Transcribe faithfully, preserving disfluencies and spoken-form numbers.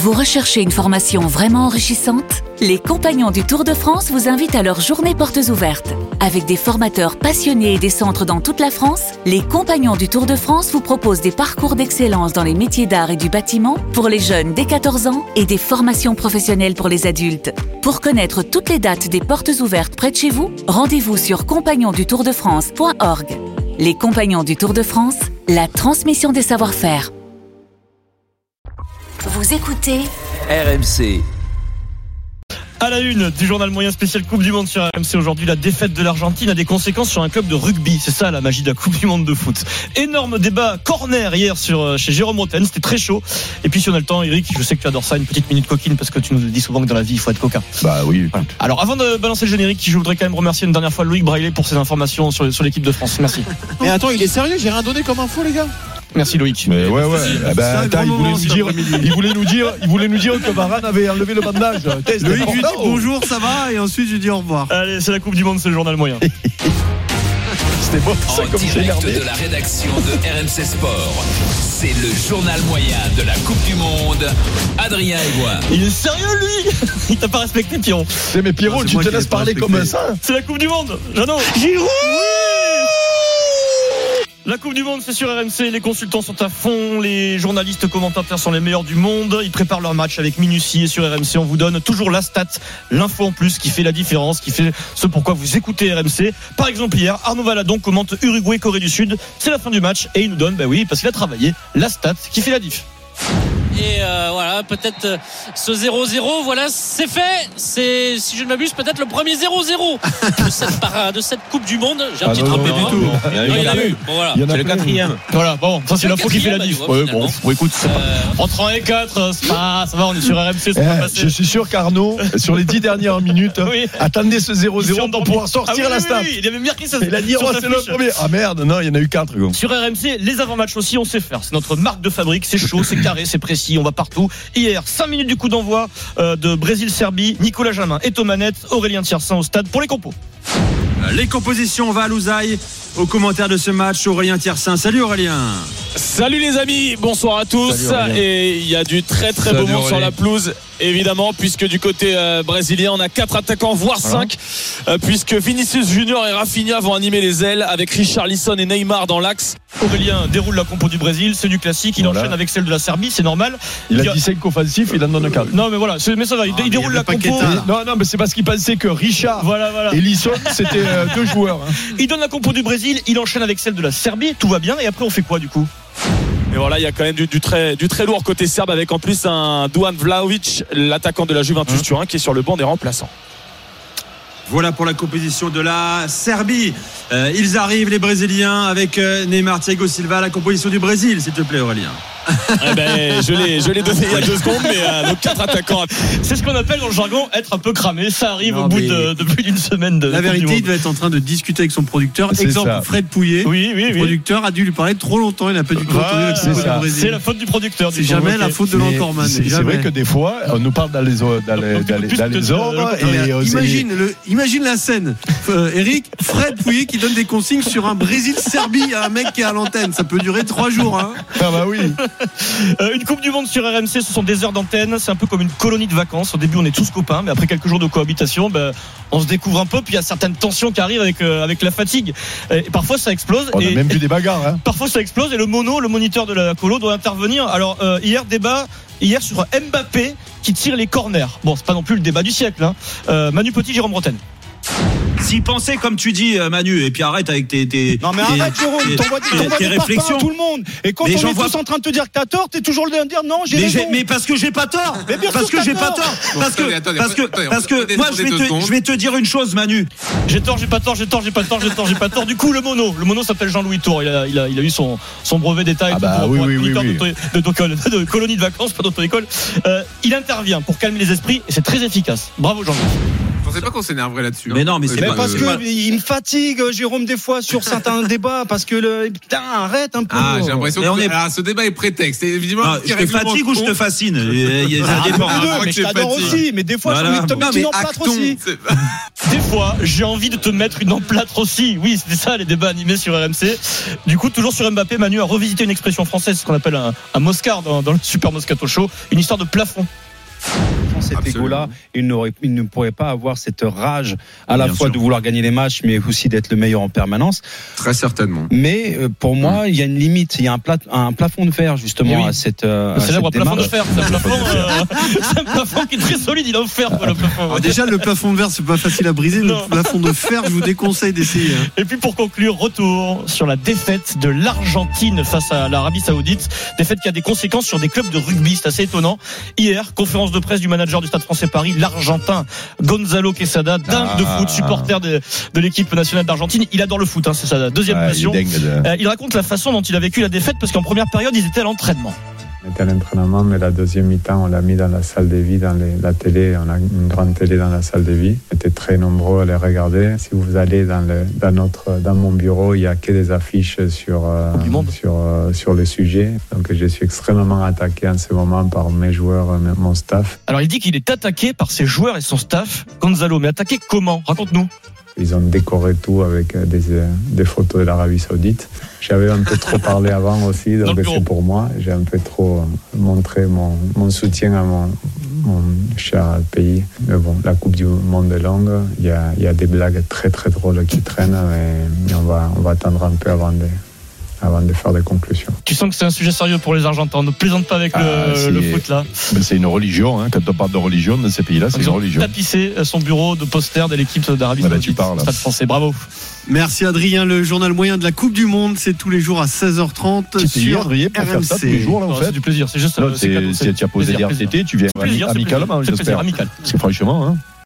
Vous recherchez une formation vraiment enrichissante ? Les Compagnons du Tour de France vous invitent à leur journée portes ouvertes. Avec des formateurs passionnés et des centres dans toute la France, les Compagnons du Tour de France vous proposent des parcours d'excellence dans les métiers d'art et du bâtiment pour les jeunes dès quatorze ans et des formations professionnelles pour les adultes. Pour connaître toutes les dates des portes ouvertes près de chez vous, rendez-vous sur compagnons du tour de france point org. Les Compagnons du Tour de France, la transmission des savoir-faire. Vous écoutez R M C. À la une du journal moyen spécial Coupe du Monde sur R M C aujourd'hui, la défaite de l'Argentine a des conséquences sur un club de rugby. C'est ça la magie de la Coupe du Monde de foot. Énorme débat corner hier sur, chez Jérôme Rotten, c'était très chaud. Et puis si on a le temps, Eric, je sais que tu adores ça, une petite minute coquine parce que tu nous dis souvent que dans la vie il faut être coquin. Bah oui. Voilà. Alors avant de balancer le générique, je voudrais quand même remercier une dernière fois Loïc Braillet pour ses informations sur, sur l'équipe de France. Merci. Mais attends, il est sérieux, j'ai rien donné comme info les gars. Merci Loïc. Mais ouais ouais. Eh ben, attends, il voulait, moment, nous dire, il voulait nous dire, il voulait nous dire que Varane avait enlevé le bandage. Loïc lui dit bonjour, ça va, et ensuite je lui dis au revoir. Allez, c'est la Coupe du Monde, c'est le journal moyen. C'était bon ça En comme j'ai direct énervé. de la rédaction de R M C Sport, c'est le journal moyen de la Coupe du Monde. Adrien Aigouin. Il est sérieux lui. Il t'a pas respecté Pierrot. C'est mais Pierrot, Ah, c'est tu moi te qui laisses l'ai pas parler respecté. comme ça. C'est la Coupe du Monde. Jeannot. Giroud. La Coupe du Monde, c'est sur R M C. Les consultants sont à fond. Les journalistes commentateurs sont les meilleurs du monde. Ils préparent leur match avec minutie. Et sur R M C, on vous donne toujours la stat, l'info en plus qui fait la différence, qui fait ce pourquoi vous écoutez R M C. Par exemple, hier, Arnaud Valadon commente Uruguay-Corée du Sud. C'est la fin du match et il nous donne, bah oui, parce qu'il a travaillé, la stat qui fait la diff. Et euh, voilà, peut-être euh, ce zéro zéro, voilà, c'est fait. C'est, si je ne m'abuse, peut-être le premier zéro zéro de cette, para, de cette Coupe du Monde. J'ai un Ah petit non, trapé non, du non, tout. non. Non, il y en a eu. Bon, voilà. Il y en a C'est le plein. quatrième. Voilà, bon, ça c'est C'est le l'info qui fait la diff. quatrième, Ouais, bon, finalement. bon, écoute, c'est pas... Euh, entre un et quatre, c'est pas, ça va, on est sur R M C, c'est Eh, pas passé. je suis sûr qu'Arnaud, sur les dix dernières minutes, Oui. attendez ce zéro Ils sont zéro pour endormis. pouvoir sortir Ah oui, la oui, stat. oui, il avait marqué ça. Il a dit, sur oh, sa c'est le fiche. premier. Ah merde, non, il y en a eu quatre. Gros. Sur R M C, les avant-matchs aussi, on sait faire. C'est notre marque de fabrique, c'est chaud, c'est carré, c'est précis, on va partout. Hier, cinq minutes du coup d'envoi euh, de Brésil-Serbie. Nicolas Jamin est aux manettes, Aurélien Tiersin au stade pour les compos. Les compositions, on va à Louzaï. Au commentaire de ce match, Aurélien Tiersin. Salut Aurélien. Salut les amis, bonsoir à tous. Salut Aurélien. Et il y a du très très Salut beau monde sur Aurélien. la pelouse, évidemment, puisque du côté euh, brésilien, on a quatre attaquants, voire cinq, euh, puisque Vinicius Junior et Rafinha vont animer les ailes avec Richarlison et Neymar dans l'axe. Aurélien déroule la compo du Brésil, c'est du classique, il Voilà. enchaîne avec celle de la Serbie, c'est normal. Il Il y a a- dit cinq offensifs, il en donne quatre. Non mais voilà, c'est- mais ça va, il, Ah, il mais déroule il y la avait compo. Paqueta, là. Non, non, mais c'est parce qu'il pensait que Richard Voilà, voilà. et Lisson, c'était euh, deux joueurs. hein. Il donne la compo du Brésil, il enchaîne avec celle de la Serbie, tout va bien, et après on fait quoi du coup? Et voilà, il y a quand même du, du, très, du très lourd côté serbe, avec en plus un Duan Vlahovic, l'attaquant de la Juventus Turin, qui est sur le banc des remplaçants. Voilà pour la composition de la Serbie. Euh, ils arrivent, les Brésiliens, avec euh, Neymar, Thiago Silva. La composition du Brésil, s'il te plaît Aurélien. Eh ben, je l'ai, je l'ai donné il y a deux secondes, mais euh, donc quatre attaquants. C'est ce qu'on appelle dans le jargon être un peu cramé, ça arrive Non, au bout mais de, de plus d'une semaine de La Coupe du vérité, Monde. il devait être en train de discuter avec son producteur. C'est Exemple, ça. Fred Pouillet. Oui, oui, Le oui. producteur a dû lui parler trop longtemps. Il n'a pas du tout Voilà, entendu la c'est compo ça. du Brésil. C'est la faute du producteur. C'est du coup. jamais Ok. la faute de Mais l'encorman. C'est c'est jamais. vrai que des fois, on nous parle dans les, o- dans les, dans les, dans les ordres. Mais Et, euh, imagine, le, imagine la scène. Euh, Eric, Fred Pouillet qui donne des consignes sur un Brésil-Serbie à un mec qui est à l'antenne. Ça peut durer trois jours. Hein. c'est- Ah bah oui. Euh, une Coupe du Monde sur R M C, ce sont des heures d'antenne. C'est un peu comme une colonie de vacances. Au début, on est tous copains, mais après quelques jours de cohabitation, ben, on se découvre un peu. Puis il y a certaines tensions qui arrivent avec, euh, avec la fatigue. Et parfois, ça explose. On a et, même vu des bagarres. Hein. Parfois, ça explose. Et le mono, le moniteur de la colo, doit intervenir. Alors, euh, hier, débat. Hier sur Mbappé qui tire les corners. Bon, c'est pas non plus le débat du siècle. Hein. Euh, Manu Petit, Jérôme Rotten. S'y penser comme tu dis euh, Manu, et puis arrête avec tes, tes Non mais tes- arrête Jérôme, tes- t'envoies des, tes- t'envoies tes des parpaings réflexions. à tout le monde. Et quand Mais on j'en est vois- tous en train de te dire que t'as tort, t'es toujours le dire non, j'ai Mais, raison. j'ai- mais parce que j'ai pas tort. Mais bien parce sûr que que j'ai t'as pas tort. tort. Parce que attendez, attendez, parce que attendez, parce que attendez, moi attendez je vais deux te secondes. je vais te dire une chose Manu. J'ai tort, j'ai pas tort, j'ai tort, j'ai pas tort, j'ai tort, j'ai pas tort. Du coup, le mono, le mono s'appelle Jean-Louis Tour. Il a, il a, il a eu son, son brevet d'État et Ah tout bah pour, oui, pour oui, être oui, moniteur oui. de, de, de, de colonie de vacances, pas d'auto-école. Euh, il intervient pour calmer les esprits et c'est très efficace. Bravo Jean-Louis. Je pensais pas qu'on s'énerverait là-dessus. Mais hein. non, mais c'est Euh, Mais pas- parce euh, c'est pas- que il me fatigue Jérôme des fois sur certains débats parce que le putain arrête un peu. Ah, j'ai l'impression Mais que on est- alors, ce débat est prétexte. Et évidemment, Ah, ce qui je te réglemente fatigue ou je te con- fascine. Il y a- il y a- Ça Ah, dépend. les deux, je crois mais que je c'est t'adore fatigue. aussi, mais des fois Voilà. j'ai envie de te Bon. mettre Non, une mais en plâtre actons. aussi. C'est- Des fois, j'ai envie de te mettre une emplâtre aussi. Oui, c'était ça les débats animés sur R M C. Du coup, toujours sur Mbappé, Manu a revisité une expression française, ce qu'on appelle un, un Moscar dans, dans le Super Moscato Show, une histoire de plafond. Cet égo-là, il, il ne pourrait pas avoir cette rage à la Bien fois sûr. de vouloir gagner les matchs, mais aussi d'être le meilleur en permanence. Très certainement. Mais euh, pour moi, mmh. il y a une limite, il y a un, plat, un plafond de verre justement oui. à cette. Euh, le célèbre cette plafond démarche. de fer. C'est un plafond, euh, c'est un plafond qui est très solide. Il a offert quoi, le plafond. Alors déjà, le plafond de verre, c'est pas facile à briser. Non. Le plafond de fer, je vous déconseille d'essayer. Hein. Et puis pour conclure, retour sur la défaite de l'Argentine face à l'Arabie Saoudite. Défaite qui a des conséquences sur des clubs de rugby. C'est assez étonnant. Hier, conférence de presse du manager du Stade Français Paris, l'Argentin Gonzalo Quesada, dingue ah. de foot, supporter de, de l'équipe nationale d'Argentine. Il adore le foot, hein, c'est sa deuxième ouais, passion. Il, de... euh, il raconte la façon dont il a vécu la défaite parce qu'en première période, ils étaient à l'entraînement. On était à l'entraînement, mais la deuxième mi-temps, on l'a mis dans la salle de vie, dans les, la télé. On a une grande télé dans la salle de vie. On était très nombreux à les regarder. Si vous allez dans, le, dans, notre, dans mon bureau, il n'y a que des affiches sur, euh, sur, euh, sur le sujet. Donc je suis extrêmement attaqué en ce moment par mes joueurs, mon staff. Alors il dit qu'il est attaqué par ses joueurs et son staff. Gonzalo, mais attaqué comment ? Raconte-nous. Ils ont décoré tout avec des, des photos de l'Arabie Saoudite. J'avais un peu trop parlé avant aussi, donc c'est pour moi. J'ai un peu trop montré mon, mon soutien à mon, mon cher pays. Mais bon, la Coupe du Monde est longue. Il y a, il y a des blagues très très drôles qui traînent, mais, mais on, va, on va attendre un peu avant de... avant de faire des conclusions. Tu sens que c'est un sujet sérieux pour les Argentins. Ne plaisante pas avec ah, le, le foot là. Mais c'est une religion. Hein. Quand on parle de religion dans ces pays-là, c'est Ils une ont religion. tapissé son bureau de posters de l'équipe d'Arabie ah bah, Saoudite. Tu parles. Stade Français, bravo. Merci Adrien. Le journal moyen de la Coupe du Monde, c'est tous les jours à seize heures trente sur Adrien, pour R faire M C. ça tous les jours là, en Non, fait. C'est du plaisir. C'est juste. Non, c'est, c'est, c'est, tu as posé des R T T, tu viens plaisir, amicalement, c'est j'espère. amical. Parce que franchement, hein.